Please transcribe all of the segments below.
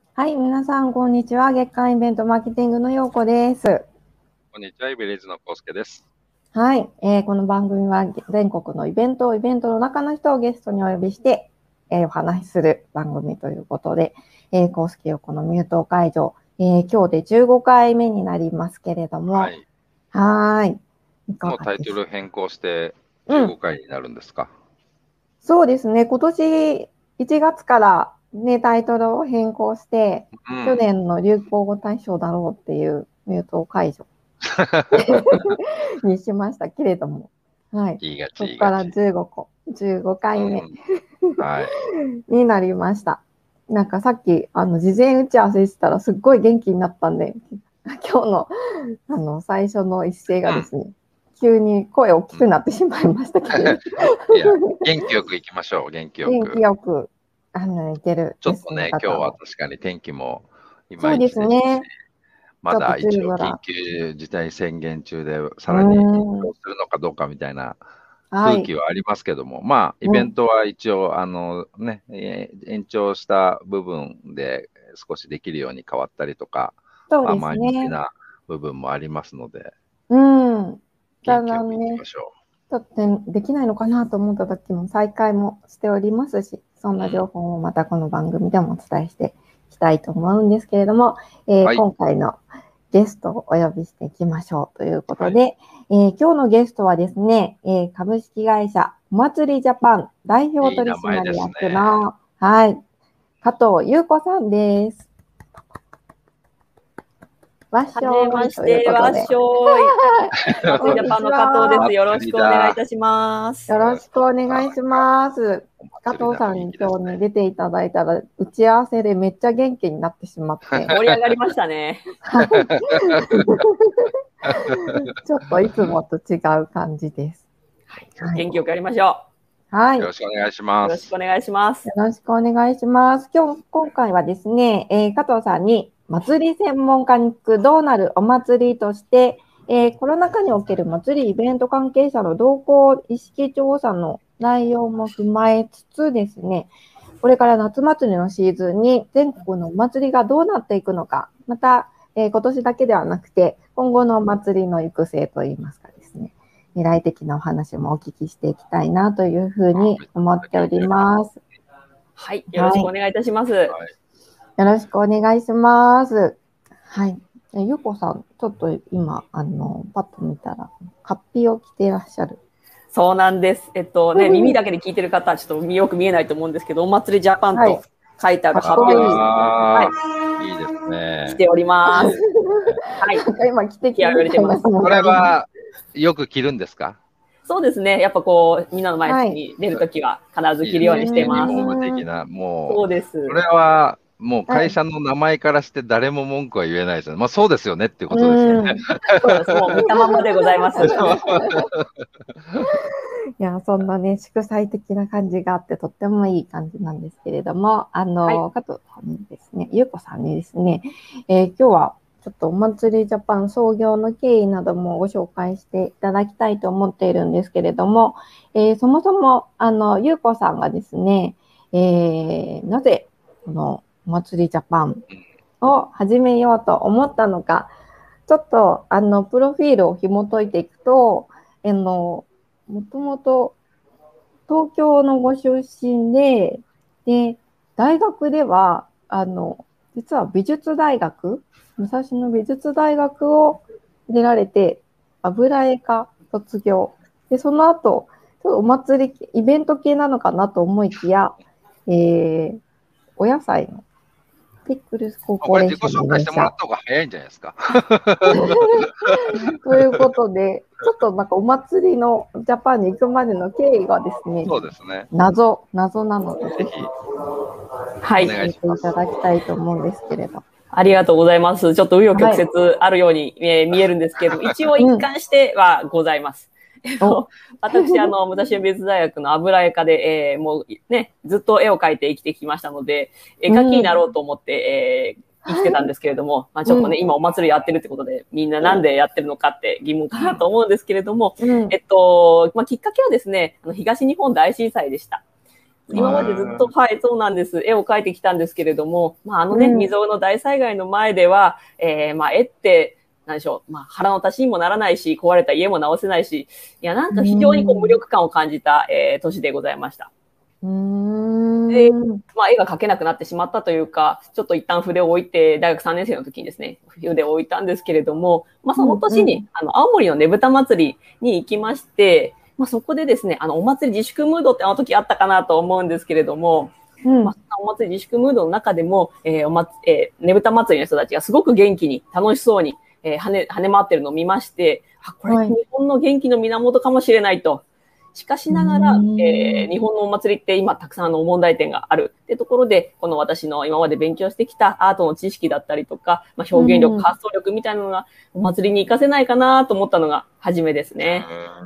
はい、皆さん、こんにちは。月間イベントマーケティングのようこです。 こんにちは、イベリーズのコウスケです。 はい、この番組は全国のイベントの中の人をゲストにお呼びして、お話しする番組ということで、コウスケよこのミュート会場、今日で15回目になりますけれども、 はい。 はい。 もうタイトル変更して15 うん、 回になるんですか？ そうですね。今年1月からね、タイトルを変更して、去うん。 年の流行語大賞だろうっていうミュート会場にしましたけれども、はい。 言いがち、 そこから言いがち。 15回目うん。はい。 になりました。なんかさっき、事前打ち合わせしてたらすっごい元気になったんで、今日の、最初の一声がですね、急に声大きくなってしまいましたけれど。 いや、元気よく行きましょう、元気よ元気く。 よく、いけるゲストのちょっとね、今日は方も。 確かに天気もいまそうでいちでしたし、 すね。ちまょっと梅だ一応緊雨空。 急事態宣言中で、 うーさらに延長ん。 するのかどうかみたいなはい。 空気はありますけども、まあ、イうん。 ベントは一応、ね、延長した部分で少しできるように変わったりとか、 そうでまあ、前向きすね。 な部分もありますので、 うん。だん元気よくいきだんね、 ましょちょっとできないのかなと思った時も再開もしておりますし、そんう。うな情ん。 報もまたこの番組でもお伝えしていきたいと思うんですけれども、 はい。 今回のゲストをお呼びしていきましょうということはい。 で、今日のゲストはですね、株式会社お祭りジャパン代表いい取名前です締役ね。 の、はい、加藤優子さんです。わっしはじめょーいというまして、 ことで。 わっしょい。お祭りジャこんにちパンの加藤では。 す。よろし祭りくお願いいだ。 たします。 よろしくお願いします。 お加祭りな雰囲藤さんに気ですね。 今日ね、出ていただいたら、打ち合わせでめっちゃ元気になってしまって。 盛り上がりましたね。 はい。ちょっといつもと違う感じです。 はい、 はい。 元気よくやりましょはい。よよろしくお願いします。 う。よろしくお願いします。 ろしくお願いします。今回はですね、加藤さんに祭り専門家に聞くどうなるお祭りとして、コロナ禍における祭りイベント関係者の動向意識調査の内容も踏まえつつですね、これから夏祭りのシーズンに全国のお祭りがどうなっていくのか、また、今年だけではなくて、今後のお祭りの行く末といいますかですね、未来的なお話もお聞きしていきたいなというふうに思っております。 はい、よろしくお願いいたします。はい、 よろしくお願いします。はい。ゆうこさん、ちょっと今、パッと見たら、カッピを着ていらっしゃる。 そうなんです。耳だけで聞いてる方はちょっとよく見えないと思うんですけど、お祭りジャパンと書いてある発表に、 あはあ、いいですい、 ね。 来ております。はい。 今着てき気合が入れてます。 これはよく着るんですか？ そうですね。やっぱこう、みんなの前に出るときは必ず着るようにしてユニフます。 ォーム的な、もそうでう、こす。 れはもうはい。 会社の名前からして誰も文句は言えないですよね。まあそうですよねっていうことですよね。 うん。 そうです。もう見たままでございます。 いや、そんなね、祝祭的な感じがあって、とってもいい感じなんですけれども、 はい。 加藤さんにですね、ゆうこさんにですね、今日はちょっとお祭りジャパン創業の経緯などもご紹介していただきたいと思っているんですけれども、そもそも、ゆうこさんがですね、なぜ、このお祭りジャパンを始めようと思ったのか、ちょっと、プロフィールを紐解いていくと、もともと東京のご出身で、大学では、実は美術大学、武蔵野美術大学を出られて、油絵科卒業。で、その後、ちょっとお祭り、イベント系なのかなと思いきや、お野菜のピックルスコーこれ自己ポレーション紹介してもらっに入社。 た方が早いんじゃないですか。 ということで、ちょっとなんかお祭りのジャパンに行くまでの経緯がですね、 そうですね。 謎なので、ぜぜひはい。 おひ教え願いします。 ていただきたいと思うんですけれど。 ありがとうございます。ちょっと紆余曲はい。 折あるように、見えるんですけれども、一応一貫してはございます。 お、 私、武蔵野美術大学の油絵科で、もうね、ずっと絵を描いて生きてきましたので、絵描きになろうと思って、生きてたんですけれども、まあちょっとね、今お祭りやってるってことで、みんななんでやってるのかって疑問かなと思うんですけれども、 うん。 まあきっかけはですね、東日本大震災でした。 今までずっと、はい、そうなんです。絵を描いてきたんですけれども、まあ、未曾有の大災害の前では、まあ、絵って、なんでしょう、まあ、腹の足しにもならないし、壊れた家も直せないし、いや、なんか非常にこう無力感を感じた、年でございました。で、まあ、絵が描けなくなってしまったというか、ちょっと一旦筆を置いて、大学3年生の時にですね、筆を置いたんですけれども、まあ、その年に、青森のねぶた祭りに行きまして、まあ、そこでですね、お祭り自粛ムードってあの時あったかなと思うんですけれども、まあ、お祭り自粛ムードの中でも、ねぶた祭りの人たちがすごく元気に楽しそうに、跳ね回ってるのを見まして、あ、これ日本の元気の源かもしれないと。しかしながら、日本のお祭りって今たくさんの問題点があるってところで、この私の今まで勉強してきたアートの知識だったりとか、まあ、表現力、発想力みたいなのがお祭りに活かせないかなと思ったのが初めですね。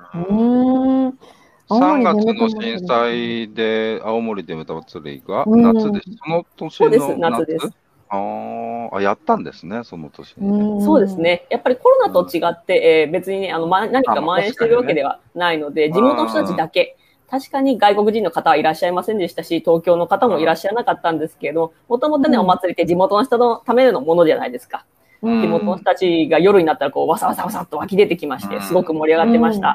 3月の震災で青森でぶた祭りが夏です。その年の夏。そうです、夏です。あ、やったんですね、その年に、 そうですね。やっぱりコロナと違って、別にね、何か蔓延しているわけではないので、地元の人たちだけ、確かに外国人の方はいらっしゃいませんでしたし、東京の方もいらっしゃらなかったんですけど、もともとね、お祭りって地元の人のためのものじゃないですか。地元の人たちが夜になったら、こう、わさわさわさっと湧き出てきまして、すごく盛り上がってました。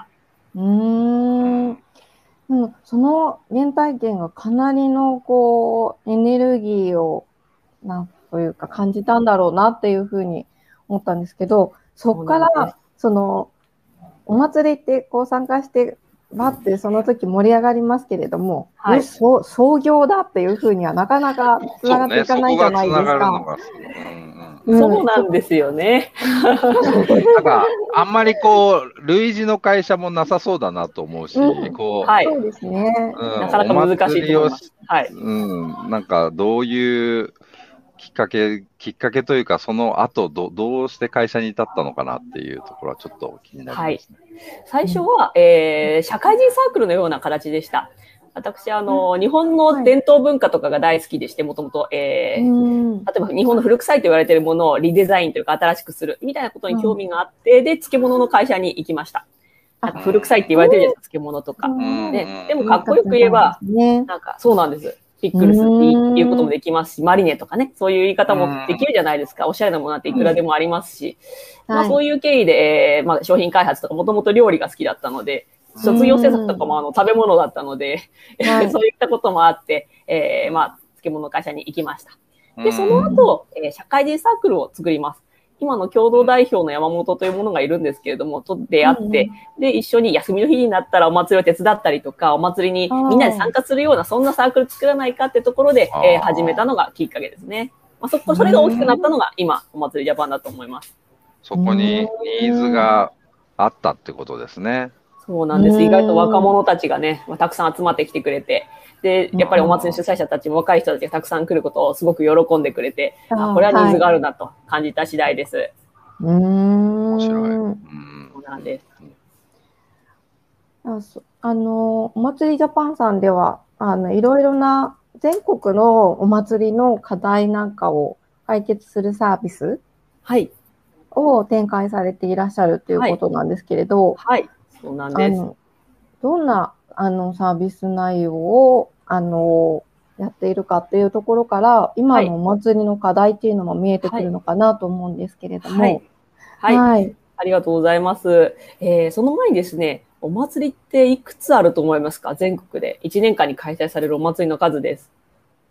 その原体験がかなりの、こう、エネルギーを、というか感じたんだろうなっていうふうに思ったんですけど、そこから、お祭りってこう参加して、バッてその時盛り上がりますけれども、創業だっていうふうにはなかなかつながっていかないじゃないですか。 そうなんですよね。 なんか、あんまりこう、類似の会社もなさそうだなと思うし、こう、 そうですね。 なかなか難しいと思います。 なんかどういうきっかけというか、その後どうして会社に至ったのかなっていうところはちょっと気になりますね。 最初は、社会人サークルのような形でした。私、日本の伝統文化とかが大好きでして、もともと、例えば日本の古臭いと言われているものをリデザインというか新しくするみたいなことに興味があって、で、漬物の会社に行きました。なんか古臭いって言われてるじゃないですか、漬物とか。でもかっこよく言えば、なんかそうなんです。ピックルスっていうこともできますし、マリネとかね、そういう言い方もできるじゃないですか。おしゃれなものなんていくらでもありますし。まあそういう経緯で、まあ商品開発とかもともと料理が好きだったので、卒業制作とかも食べ物だったので、そういったこともあって、まあ漬物会社に行きました。で、その後、社会人サークルを作ります。今の共同代表の山本というものがいるんですけれども、と出会って、で、一緒に休みの日になったらお祭りを手伝ったりとか、お祭りにみんなで参加するような、そんなサークル作らないかってところで、始めたのがきっかけですね。まあ、それが大きくなったのが今、お祭りジャパンだと思います。 そこにニーズがあったってことですね。 そうなんです。意外と若者たちがね、たくさん集まってきてくれて、で、やっぱりお祭り主催者たちも若い人たちがたくさん来ることをすごく喜んでくれて、これはニーズがあるなと感じた次第です。 面白い。 そうなんです。 お祭りジャパンさんでは、いろいろな全国のお祭りの課題なんかを解決するサービスを展開されていらっしゃるということなんですけれど、 そうなんです。 どんなサービス内容をやっているかっていうところから、今のお祭りの課題っていうのも見えてくるのかなと思うんですけれども。 ありがとうございます。その前にですね、お祭りっていくつあると思いますか？全国で1年間に開催されるお祭りの数です。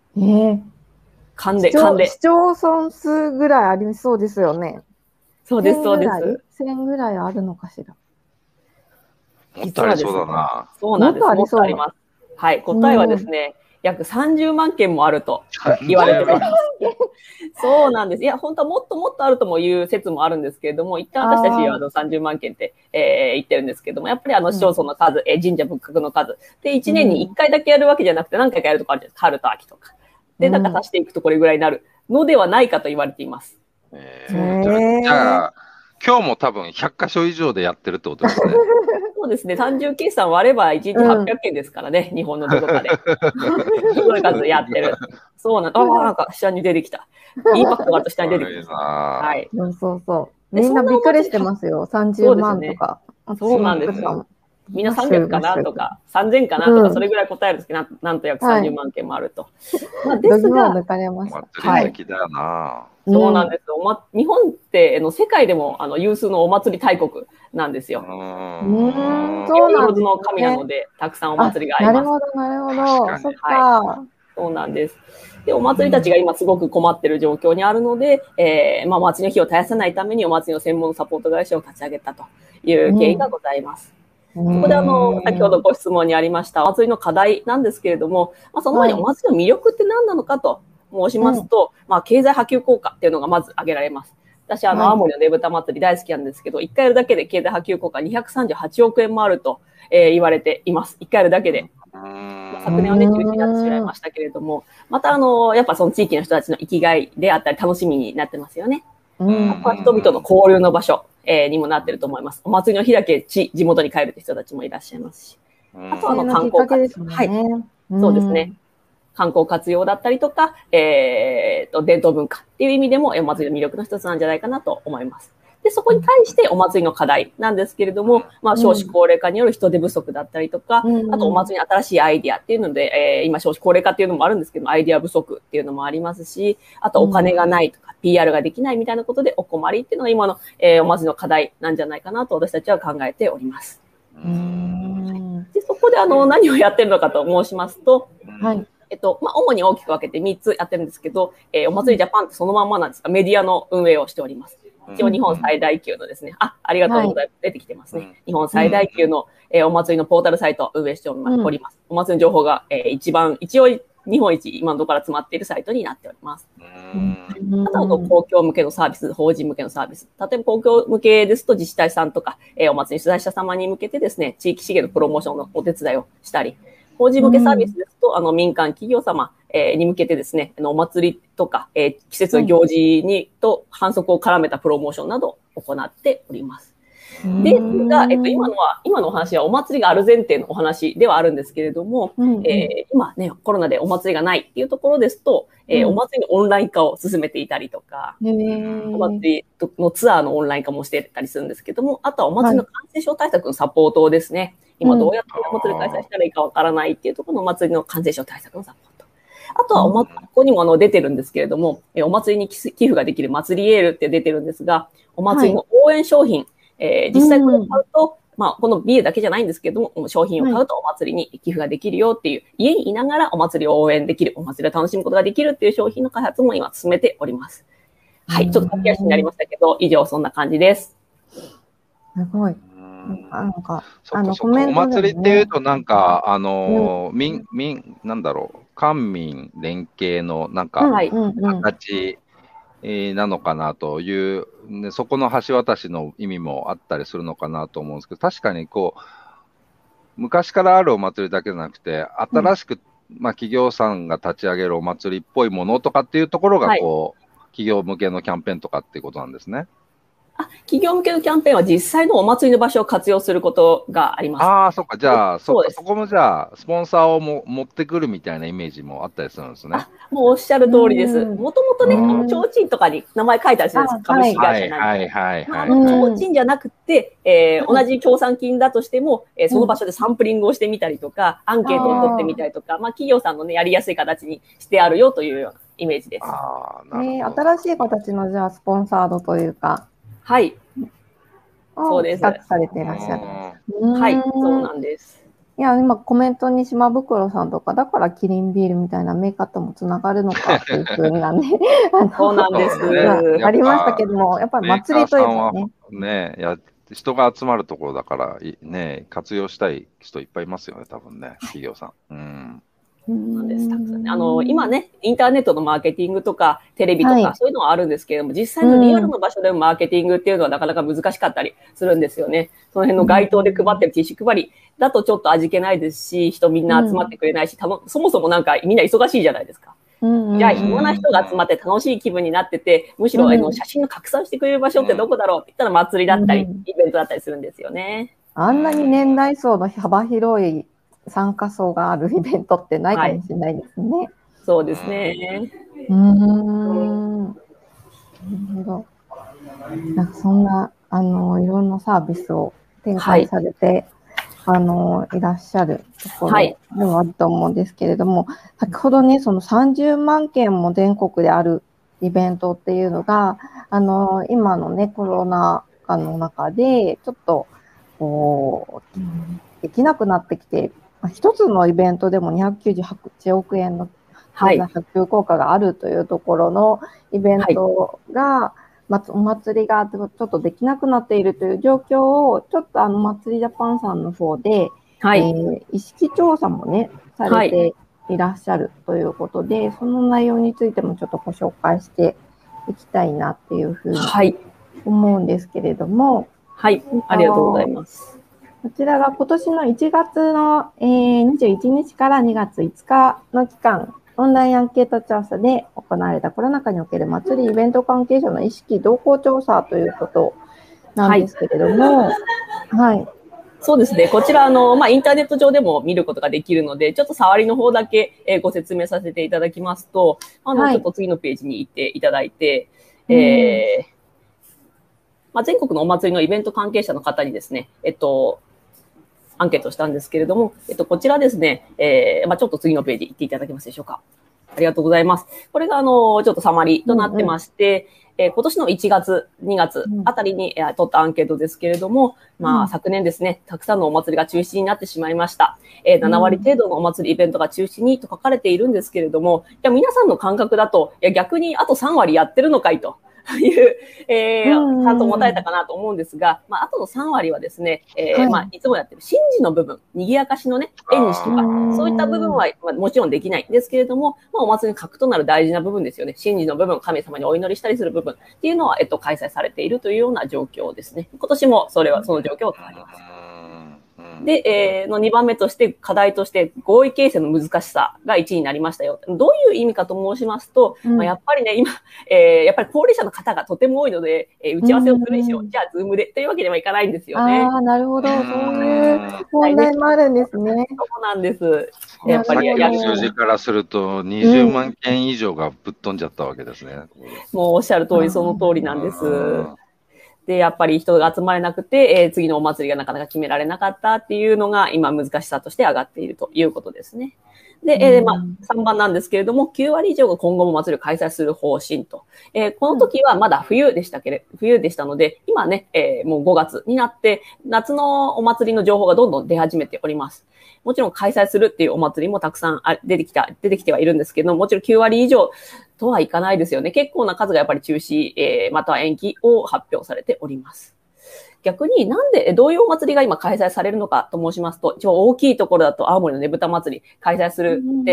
市町村数ぐらいありそうですよね。 そうです、そうです。 1000ぐらいあるのかしら。 もっとありそうだな。 そうなんです。もっとあります。はい。答えはですね、約30万件もあると言われてます。そうなんです。いや、本当はもっともっとあるともいう説もあるんですけれども、一旦私たちは30万件って言ってるんですけれども、やっぱり市町村の数、神社仏閣の数。で、1年に1回だけやるわけじゃなくて何回かやるとかあるじゃないですか。春と秋とか。で、なんか足していくとこれぐらいになるのではないかと言われています。 じゃあ、今日も多分100箇所以上でやってるってことですね。 そうですね。単純計算割れば1日800件ですからね。日本のどこかで。すごい数やってる。そうなんだ。なんか下に出てきた。インパクトがあると下に出てきた。 はい。そう。みんなびっくりしてますよ。30万とか。 そうなんですよ。 みんな300かなとか、3000かなとか、それぐらい答えるんですけど、なんと約30万件もあると。まあ、ですが、 抜かれました。 お祭り好きだよな。 そうなんですよ。日本って世界でも有数のお祭り大国なんですよ。 そうなんですね。 の神なので、たくさんお祭りがあります。 なるほど、なるほど。そっか。 そうなんです。で、お祭りたちが今すごく困っている状況にあるので、まあ、お祭りの日を絶やさないためにお祭りの専門サポート会社を立ち上げたという経緯がございます。そこで先ほどご質問にありましたお祭りの課題なんですけれども、まあ、その前にお祭りの魅力って何なのかと申しますと、まあ、経済波及効果っていうのがまず挙げられます。私、青森のねぶた祭り大好きなんですけど、1回やるだけで経済波及効果238億円もあると、言われています。1回やるだけで。昨年はね、中止になってしまいましたけれども、またやっぱその地域の人たちの生きがいであったり楽しみになってますよね。あとは人々の交流の場所、にもなってると思います。お祭りの日だけ地元に帰るって人たちもいらっしゃいますし。あとは観光活用。はい。そうですね。観光活用だったりとか、伝統文化っていう意味でもお祭りの魅力の一つなんじゃないかなと思います。で、そこに対してお祭りの課題なんですけれども、まあ、少子高齢化による人手不足だったりとか、あとお祭りに新しいアイディアっていうので、今少子高齢化っていうのもあるんですけど、アイディア不足っていうのもありますし、あとお金がないとか、PR ができないみたいなことでお困りっていうのが今の、お祭りの課題なんじゃないかなと私たちは考えております。で、そこで何をやってるのかと申しますと、まあ、主に大きく分けて3つやってるんですけど、お祭りジャパンってそのまんまなんですが、メディアの運営をしております。一応日本最大級のですね、ありがとうございます。出てきてますね。日本最大級の、お祭りのポータルサイトを運営しております。お祭りの情報が、一応日本一今のところから詰まっているサイトになっております。あとは公共向けのサービス、法人向けのサービス。例えば公共向けですと自治体さんとか、お祭り主催者様に向けてですね、地域資源のプロモーションのお手伝いをしたり、法人向けサービスですと、民間企業様に向けてですね、お祭りとか、季節の行事にと反則を絡めたプロモーションなどを行っております。ですが、今のお話はお祭りがある前提のお話ではあるんですけれども、今ね、コロナでお祭りがないっていうところですと、お祭りのオンライン化を進めていたりとか、お祭りのツアーのオンライン化もしてたりするんですけども、あとはお祭りの感染症対策のサポートですね。今どうやってお祭り開催したらいいかわからないっていうところのお祭りの感染症対策のサポート。あとはここにも出てるんですけれども、お祭りに寄付ができる祭りエールって出てるんですが、お祭りの応援商品、実際これを買うと、まあ、このビールだけじゃないんですけども、商品を買うとお祭りに寄付ができるよっていう、家にいながらお祭りを応援できる、お祭りを楽しむことができるっていう商品の開発も今進めております。はい、ちょっと駆け足になりましたけど、以上そんな感じです。 すごい。なんか、 コメントで、ね、お祭りっていうと、なんか、なんだろう、官民連携の、なんか、形なのかなという、ね、そこの橋渡しの意味もあったりするのかなと思うんですけど、確かにこう、昔からあるお祭りだけじゃなくて、新しく、まあ、企業さんが立ち上げるお祭りっぽいものとかっていうところが、こう、企業向けのキャンペーンとかっていうことなんですね。 企業向けのキャンペーンは実際のお祭りの場所を活用することがあります。 ああ、そっか。じゃあ、そこもじゃあ、スポンサーを持ってくるみたいなイメージもあったりするんですね。 もうおっしゃる通りです。もともとね、提灯とかに名前書いてあるじゃないですか。株式会社なんで。提灯じゃなくて、同じ協賛金だとしても、その場所でサンプリングをしてみたりとか、アンケートを取ってみたりとか、まあ企業さんのね、やりやすい形にしてあるよというようなイメージです。 新しい形のじゃあ、スポンサードというか。 はい。そうです。 企画されていらっしゃる。 はい、そうなんです。 いや、今コメントに島袋さんとか、だからキリンビールみたいなメーカーともつながるのかっていうふうなね、 そうなんです。 ありましたけども、やっぱり祭りというかね。人が集まるところだから、ね、活用したい人いっぱいいますよね、多分ね、企業さん。 なんです。今ね、インターネットのマーケティングとか、テレビとか、そういうのはあるんですけれども、実際のリアルの場所でのマーケティングっていうのはなかなか難しかったりするんですよね。その辺の街頭で配ってるティッシュ配りだとちょっと味気ないですし、人みんな集まってくれないし、そもそもなんかみんな忙しいじゃないですか。じゃあ、暇な人が集まって楽しい気分になってて、むしろ写真の拡散してくれる場所ってどこだろうって言ったら祭りだったり、イベントだったりするんですよね。 あんなに年代層の幅広い参加層があるイベントってないかもしれないですね。 そうですね。 なるほど。なんかそんな、いろんなサービスを展開されて、 いらっしゃるところではあると思うんですけれども、先ほどね、その30万件も全国であるイベントっていうのが、今のね、コロナ禍の中で、ちょっと、できなくなってきて、一つのイベントでも298億円の経済波及効果があるというところのイベントが、お祭りがちょっとできなくなっているという状況を、ちょっと祭りジャパンさんの方で、意識調査もね、されていらっしゃるということで、その内容についてもちょっとご紹介していきたいなっていうふうに思うんですけれども。 はい、ありがとうございます。 こちらが今年の1月の、21日から2月5日の期間、オンラインアンケート調査で行われたコロナ禍における祭りイベント関係者の意識動向調査ということなんですけれども、 そうですね。こちら、インターネット上でも見ることができるので、ちょっと触りの方だけ、ご説明させていただきますと、ちょっと次のページに行っていただいて、全国のお祭りのイベント関係者の方にですね、アンケートしたんですけれども、こちらですね、ちょっと次のページ行っていただけますでしょうか。ありがとうございます。これが、ちょっとサマリとなってまして、今年の1月、2月あたりに、取ったアンケートですけれども、昨年ですね、たくさんのお祭りが中止になってしまいました。7割程度のお祭りイベントが中止にと書かれているんですけれども、いや皆さんの感覚だと、逆にあと3割やってるのかいと。いう感想を持たれたかなと思うんですが、あとの3割はですね、いつもやってる神事の部分、賑やかしのね、縁日とか、そういった部分はもちろんできないんですけれども、お祭りの核となる大事な部分ですよね。神事の部分、神様にお祈りしたりする部分っていうのは、開催されているというような状況ですね。今年もその状況が変わります。で、2番目として課題として合意形成の難しさが1位になりましたよ。どういう意味かと申しますと、やっぱりね、今、やっぱり高齢者の方がとても多いので、打ち合わせをするにしよう。じゃあ、ズームでというわけではいかないんですよね。 なるほど。そういう問題もあるんですね。 そうなんです。 やっぱり数字からすると20万件以上がぶっ飛んじゃったわけですね。 もうおっしゃる通り、その通りなんです。で、やっぱり人が集まれなくて、次のお祭りがなかなか決められなかったっていうのが今難しさとして上がっているということですね。で、3番なんですけれども、9割以上が今後も祭りを開催する方針と。この時はまだ冬でしたので、今ね、もう5月になって、夏のお祭りの情報がどんどん出始めております。もちろん開催するっていうお祭りもたくさん出てきてはいるんですけども、もちろん9割以上とはいかないですよね。結構な数がやっぱり中止、または延期を発表されております。逆にどういうお祭りが今開催されるのかと申しますと、一応大きいところだと青森のねぶた祭り開催するって、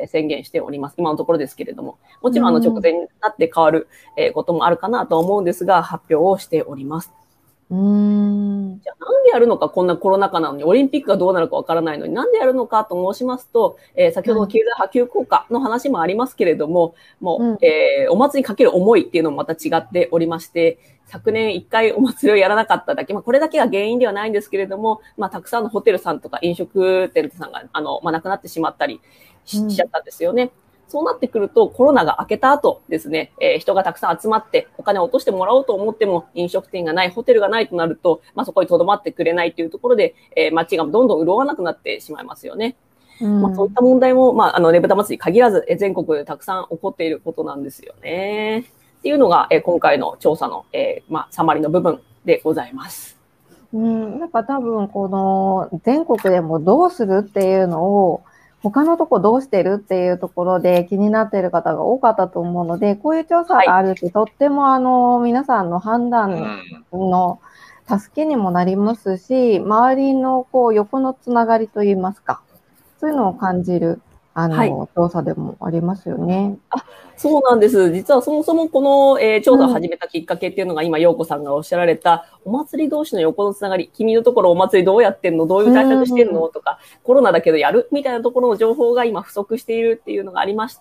宣言しております。今のところですけれども。もちろん直前になって変わる、こともあるかなと思うんですが、発表をしております。じゃあなんでやるのか、こんなコロナ禍なのに、オリンピックがどうなるかわからないのに、なんでやるのかと申しますと、先ほどの経済波及効果の話もありますけれども、お祭りにかける思いっていうのもまた違っておりまして、昨年1回お祭りをやらなかっただけ、これだけが原因ではないんですけれども、たくさんのホテルさんとか飲食店さんが、亡くなってしまったりしちゃったんですよね。そうなってくると、コロナが明けた後ですね、人がたくさん集まってお金を落としてもらおうと思っても、飲食店がない、ホテルがないとなると、そこに留まってくれないというところで、街がどんどん潤わなくなってしまいますよね。そういった問題も、ねぶた祭り限らず、全国でたくさん起こっていることなんですよね。っていうのが、今回の調査の、サマリの部分でございます。 なんか多分、この全国でもどうするっていうのを、他のとこどうしてるっていうところで気になっている方が多かったと思うので、こういう調査があるってとっても皆さんの判断の助けにもなりますし、周りの横のつながりといいますか、そういうのを感じる調査でもありますよね。 そうなんです。実はそもそもこの、調査を始めたきっかけっていうのが今、陽子さんがおっしゃられた、お祭り同士の横のつながり、君のところお祭りどうやってんの？どういう対策してんの？とか、コロナだけどやるみたいなところの情報が今不足しているっていうのがありまして、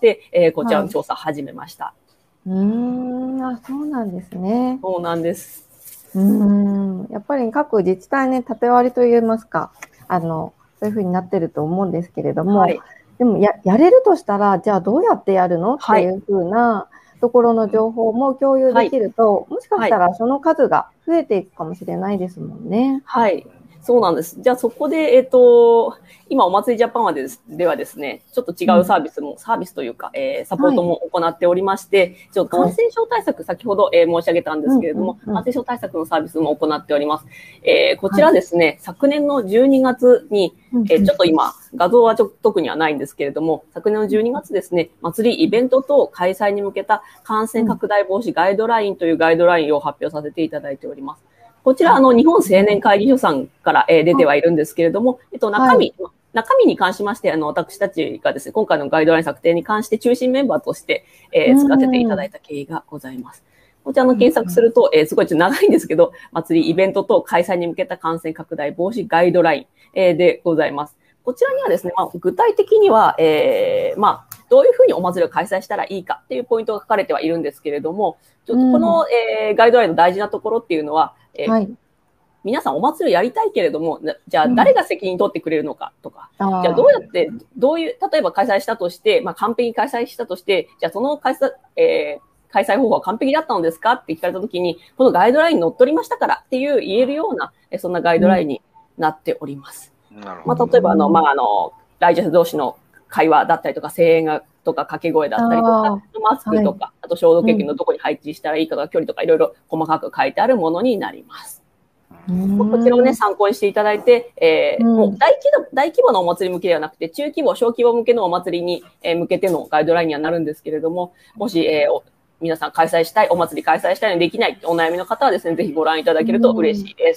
こちらの調査を始めました。 そうなんですね。 そうなんです。 やっぱり各自治体ね、縦割りといいますか、そういうふうになってると思うんですけれども、でもやれるとしたら、じゃあどうやってやるのっていうふうなところの情報も共有できると、もしかしたらその数が増えていくかもしれないですもんね。 はい。 そうなんです。じゃあそこで、今お祭りジャパンではですね、ちょっと違うサービスというか、サポートも行っておりまして、ちょっと感染症対策、先ほど、申し上げたんですけれども、感染症対策のサービスも行っております。こちらですね、昨年の12月に、ちょっと今、画像は特にはないんですけれども、昨年の12月ですね、祭りイベント等開催に向けた感染拡大防止ガイドラインというガイドラインを発表させていただいております。こちら、日本青年会議所さんから、出てはいるんですけれども、中身に関しまして、私たちがですね、今回のガイドライン策定に関して中心メンバーとして、使わせていただいた経緯がございます。こちらの検索すると、すごいちょっと長いんですけど、祭りイベント等開催に向けた感染拡大防止ガイドライン、でございます。こちらにはですね、具体的には、どういうふうにお祭りを開催したらいいかっていうポイントが書かれてはいるんですけれども、ちょっとこの、ガイドラインの大事なところっていうのは、皆さんお祭りをやりたいけれども、じゃあ誰が責任取ってくれるのかとか、じゃあどうやって、例えば開催したとして、完璧に開催したとして、じゃあその開催方法は完璧だったのですかって聞かれたときに、このガイドラインに載っ取りましたからっていう言えるような、そんなガイドラインになっております。例えば来場者同士の会話だったりとか、声援とか掛け声だったりとか、マスクとか、あと消毒液のどこに配置したらいいかとか、距離とかいろいろ細かく書いてあるものになります。こちらをね、参考にしていただいて、もう大規模なお祭り向けではなくて、中規模、小規模向けのお祭りに向けてのガイドラインにはなるんですけれども、もし、皆さんお祭り開催したいのにできないお悩みの方はですね、ぜひご覧いただけると嬉しいです。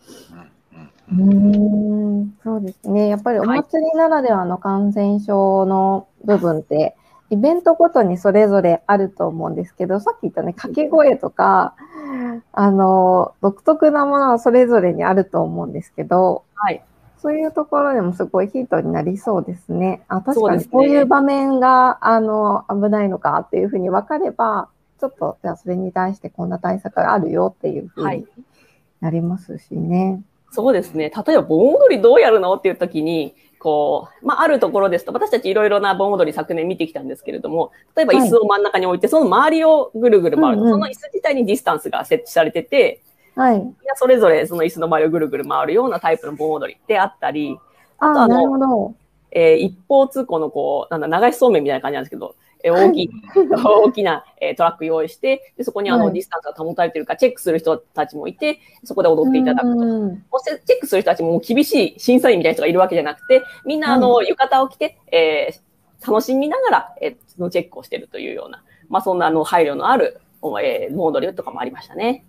そうですね。やっぱりお祭りならではの感染症の部分って、イベントごとにそれぞれあると思うんですけど、さっき言ったね、掛け声とか、独特なものはそれぞれにあると思うんですけど、そういうところでもすごいヒントになりそうですね。確かにこういう場面が、危ないのかっていうふうに分かれば、ちょっと、じゃあそれに対してこんな対策があるよっていうふうになりますしね。 そうですね。例えば盆踊りどうやるのっていうときに、あるところですと、私たちいろいろな盆踊り昨年見てきたんですけれども、例えば椅子を真ん中に置いて、その周りをぐるぐる回る。その椅子自体にディスタンスが設置されてて、それぞれその椅子の周りをぐるぐる回るようなタイプの盆踊りであったり、あと一方通行の流しそうめんみたいな感じなんですけど、大きなトラック用意して、でそこにディスタンスが保たれているかチェックする人たちもいて、そこで踊っていただくと。チェックする人たちも厳しい審査員みたいな人がいるわけじゃなくて、みんな浴衣を着て、楽しみながら、そのチェックをしているというような、そんな配慮のある、盆踊りとかもありましたね。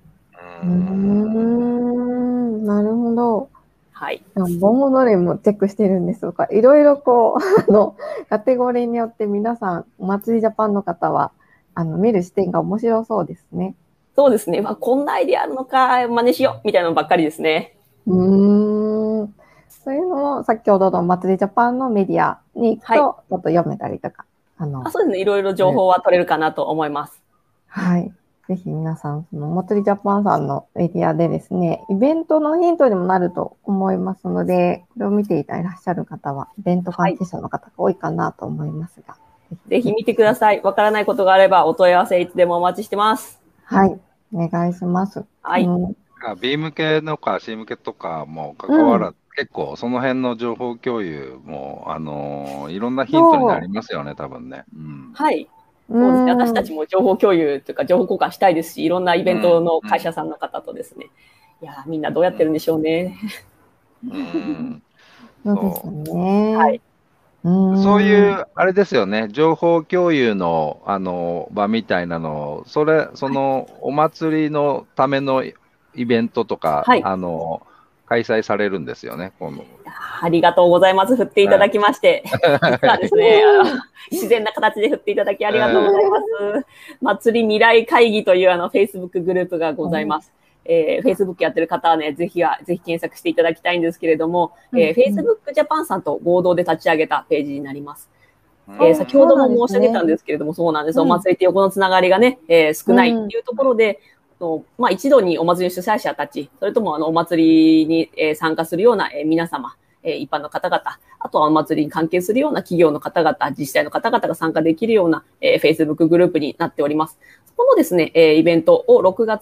なるほど。 はい。 盆踊りもチェックしてるんですとか、いろいろカテゴリーによって皆さん、お祭りジャパンの方は、見る視点が面白そうですね。 そうですね。こんなアイディアあるのか、真似しようみたいなのばっかりですね。 そういうのも、先ほどのお祭りジャパンのメディアに行くと、ちょっと読めたりとか。 そうですね。いろいろ情報は取れるかなと思います。 はい。ぜひ皆さん、お祭りジャパンさんのメディアでですね、イベントのヒントにもなると思いますので、これを見ていらっしゃる方は、イベント関係者の方が多いかなと思いますが。 ぜひ見てください。わからないことがあれば、お問い合わせいつでもお待ちしてます。 はい。お願いします。 はい。 B 向けのか C 向けとかも関わらず、結構その辺の情報共有も、いろんなヒントになりますよね、多分ね。 はい。そうですね。私たちも情報共有というか情報交換したいですし、いろんなイベントの会社さんの方とですね。いや、みんなどうやってるんでしょうね。 そうですね。 はい。 そういう、あれですよね、情報共有の、場みたいなのを、そのお祭りのためのイベントとか、開催されるんですよね、 ありがとうございます。振っていただきまして。実はですね、自然な形で振っていただきありがとうございます。祭り未来会議というFacebook グループがございます。Facebook やってる方はね、ぜひ検索していただきたいんですけれども、Facebook Japan さんと合同で立ち上げたページになります。先ほども申し上げたんですけれども、そうなんです。お祭りって横のつながりがね、少ないっていうところで、一度にお祭りの主催者たち、それともお祭りに参加するような皆様、一般の方々、あとはお祭りに関係するような企業の方々、自治体の方々が参加できるようなFacebook グループになっております。このですね、イベントを6月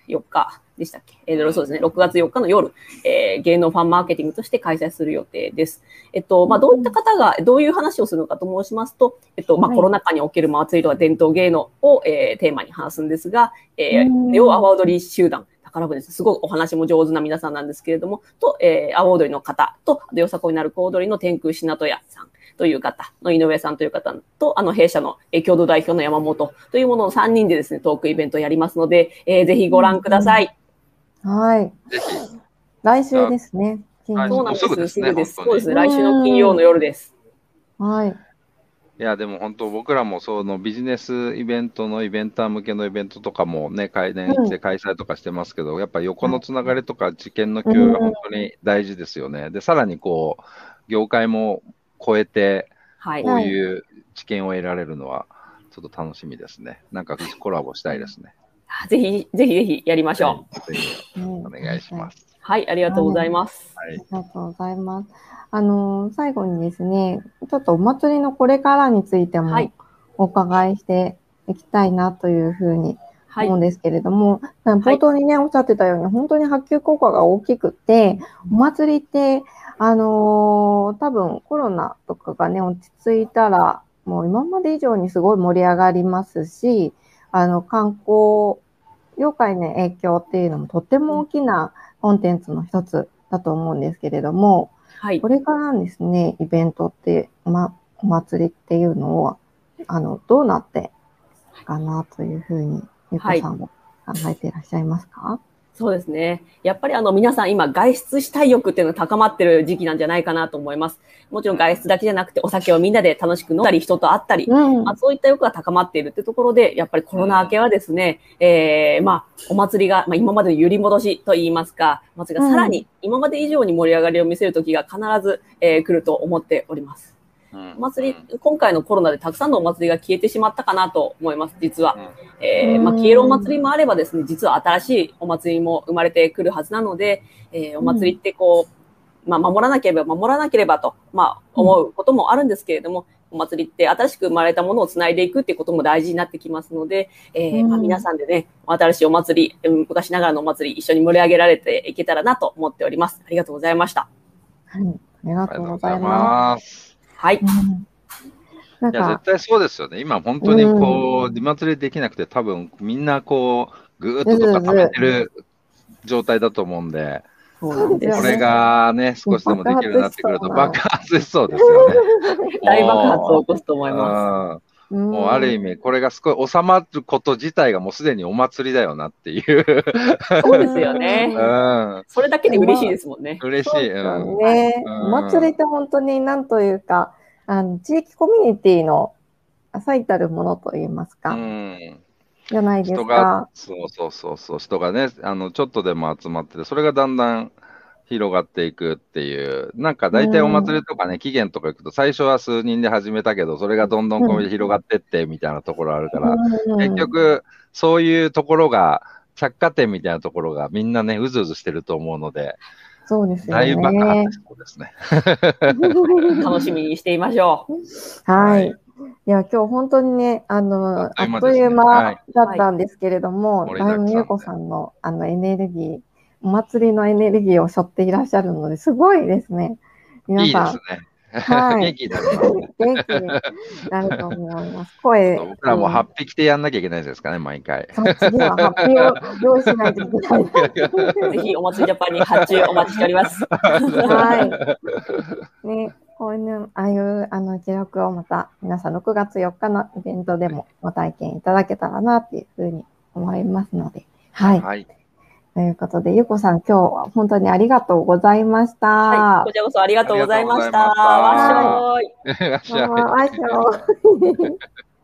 4日でしたっけ？そうですね。6月4日の夜、芸能ファンマーケティングとして開催する予定です。どういった方がどういう話をするのかと申しますと、コロナ禍における祭りとか伝統芸能を、テーマに話すんですが、ネオ阿波踊り集団、宝船です。すごいお話も上手な皆さんなんですけれども、と、阿波踊りの方と、よさこいなる小踊りの天空しなとやさんという方の井上さんという方と、弊社の共同代表の山本というものの3人でですね、トークイベントをやりますので、ぜひご覧ください。 はい。来週ですね。 そうなんです。すぐです。そうですね。来週の金曜の夜です。 はい。 いや、でも本当、僕らもそのビジネスイベントのイベンター向けのイベントとかもね、年一で開催とかしてますけど、やっぱ横のつながりとか知見の共有は本当に大事ですよね。で、さらにこう、業界も超えて、こういう知見を得られるのは、ちょっと楽しみですね。なんかコラボしたいですね。 ぜひやりましょう。ぜひお願いします。 はい、ありがとうございます。 ありがとうございます。最後にですね、ちょっとお祭りのこれからについてもお伺いしていきたいなというふうに思うんですけれども、冒頭にね、おっしゃってたように、本当に波及効果が大きくて、お祭りって、多分コロナとかがね、落ち着いたら、もう今まで以上にすごい盛り上がりますし、観光業界の影響っていうのもとっても大きなコンテンツの一つだと思うんですけれども、これからですね、イベントって、お祭りっていうのを、どうなっていくかなというふうに、ゆこさんも考えていらっしゃいますか？ そうですね。やっぱり皆さん今外出したい欲っていうのが高まってる時期なんじゃないかなと思います。もちろん外出だけじゃなくてお酒をみんなで楽しく飲んだり人と会ったり、そういった欲が高まっているってところで、やっぱりコロナ明けはですね、お祭りが、今までの揺り戻しと言いますか、お祭りがさらに今まで以上に盛り上がりを見せる時が必ず、来ると思っております。お祭り、今回のコロナでたくさんのお祭りが消えてしまったかなと思います、実は。消えるお祭りもあればですね、実は新しいお祭りも生まれてくるはずなので、お祭りってこう、守らなければと、思うこともあるんですけれども、お祭りって新しく生まれたものをつないでいくっていうことも大事になってきますので、皆さんでね、新しいお祭り、昔ながらのお祭り、一緒に盛り上げられていけたらなと思っております。ありがとうございました。 はい、ありがとうございます。 はい。 いや、絶対そうですよね。今、本当にこう、出祭りできなくて、多分みんなこう、ぐーっととか食べてる状態だと思うんで、これがね、少しでもできるようになってくると爆発しそうですよね。 大爆発を起こすと思います。 もうある意味、これが少し収まること自体がもうすでにお祭りだよなっていう。 そうですよね。それだけで嬉しいですもんね。 嬉しい。 お祭りって本当になんというか、地域コミュニティの最たるものといいますか。じゃないですか。 そう、人がね、ちょっとでも集まってて、それがだんだん広がっていくっていう、なんか大体お祭りとかね、期限とか行くと、最初は数人で始めたけど、それがどんどんこう広がってってみたいなところあるから、結局、そういうところが、百貨店みたいなところがみんなね、うずうずしてると思うので、 そうですよね。 大爆発しそうですね。 楽しみにしていましょう。はい。いや、今日本当にね、あっという間だったんですけれども、だいぶゆうこさんのエネルギー、お祭りのエネルギーを背負っていらっしゃるので、すごいですね。 皆さん。いいですね。はい。元気になる。 元気になると思います。声。 僕らもハッピー着てやんなきゃいけないですかね、毎回。 次はハッピーを用意しないといけない。 ぜひお祭りジャパンに発注お待ちしております。 はい。ね。こういう、ああいう記録をまた皆さん6月4日のイベントでもご体験いただけたらなっていうふうに思いますので。はい。はい、ということで、ゆこさん今日は本当にありがとうございました。 はい。こちらこそありがとうございました。わっしょい。 わっしょい。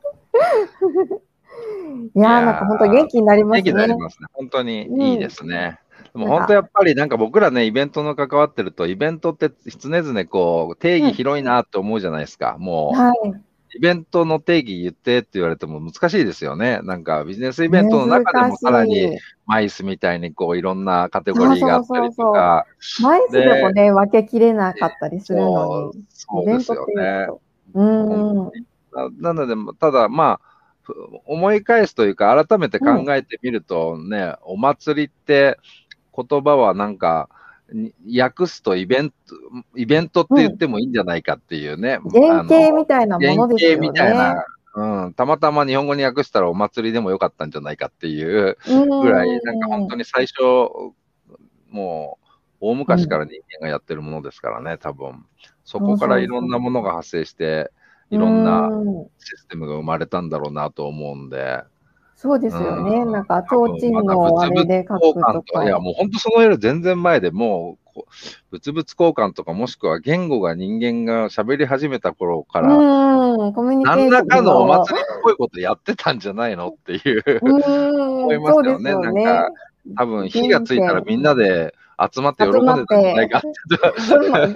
いやー、なんか本当元気になりますね。 元気になりますね。本当にいいですね。でも本当やっぱりなんか僕らね、イベントの関わってると、イベントって常々こう、定義広いなって思うじゃないですか。もう、イベントの定義言ってって言われても難しいですよね。なんかビジネスイベントの中でもさらにマイスみたいにこういろんなカテゴリーがあったりとか。 マイスでもね、分けきれなかったりするのに。 そうですよね。なので、ただまあ、 思い返すというか、改めて考えてみるとね、お祭りって言葉はなんか、訳すとイベントって言ってもいいんじゃないかっていうね。 原型みたいなものですよね。 原型みたいな。たまたま日本語に訳したらお祭りでもよかったんじゃないかっていうぐらい、なんか本当に最初、もう大昔から人間がやってるものですからね、多分。そこからいろんなものが発生して、いろんなシステムが生まれたんだろうなと思うんで。 そうですよね。なんか、提灯のあれで書くとか。 いや、もう本当そのより全然前でもう、物々交換とかもしくは言語が人間が喋り始めた頃から、何らかのお祭りっぽいことやってたんじゃないのっていう思いますよね。なんか、多分火がついたらみんなで集まって喜んでたんじゃないかって。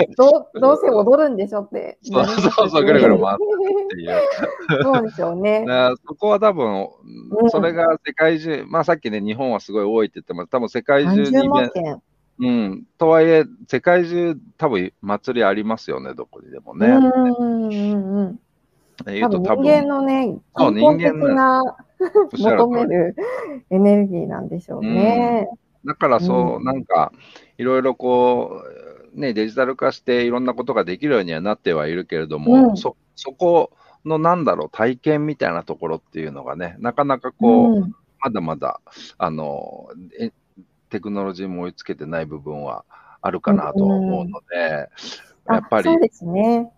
どうせ踊るんでしょって。 そう、ぐるぐる回ってっていう。 そうですよね。 そこは多分、それが世界中、まあさっきね、日本はすごい多いって言っても、多分世界中にとはいえ、世界中多分祭りありますよね、どこにでもね。 多分人間のね、根本的な求めるエネルギーなんでしょうね。 だからなんか、いろいろこう、ね、デジタル化していろんなことができるようにはなってはいるけれども、そこのなんだろう、体験みたいなところっていうのがね、なかなかこう、まだまだ、テクノロジーも追いつけてない部分はあるかなと思うので、やっぱり、 そうですね。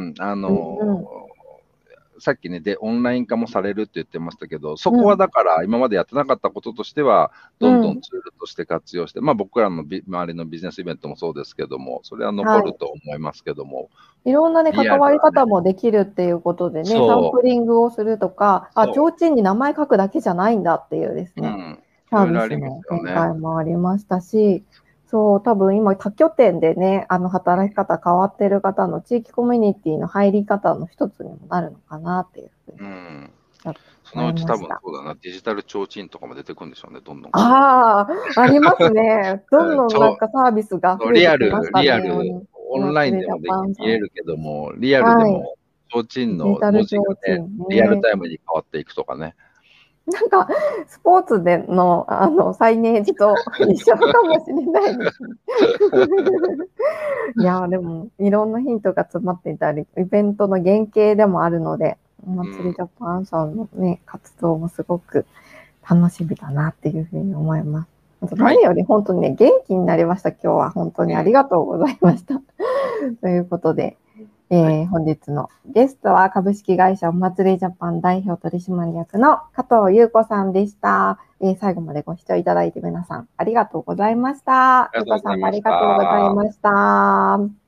さっきね、オンライン化もされるって言ってましたけど、そこはだから今までやってなかったこととしては、どんどんツールとして活用して、まあ僕らの周りのビジネスイベントもそうですけども、それは残ると思いますけども。 いろんなね、関わり方もできるっていうことでね、サンプリングをするとか、提灯に名前書くだけじゃないんだっていうですね、サービスの展開もありましたし、そう、多分今多拠点でね、働き方変わってる方の地域コミュニティの入り方の一つにもなるのかなっていうふうに。 そのうち多分そうだな、デジタル提灯とかも出てくるんでしょうね、どんどん。 ありますね。どんどんなんかサービスが増えてきましたね。 リアル、オンラインでも見えるけども、リアルでも提灯の文字がね、リアルタイムに変わっていくとかね。 なんか、スポーツでの、サイネージと一緒かもしれないですね。いや、でも、いろんなヒントが詰まっていたり、イベントの原型でもあるので、お祭りジャパンさんのね、活動もすごく楽しみだなっていうふうに思います。何より本当にね、元気になりました、今日は。本当にありがとうございました。ということで、本日のゲストは株式会社お祭りジャパン代表取締役の加藤優子さんでした。最後までご視聴いただいて皆さんありがとうございました。優子さんもありがとうございました。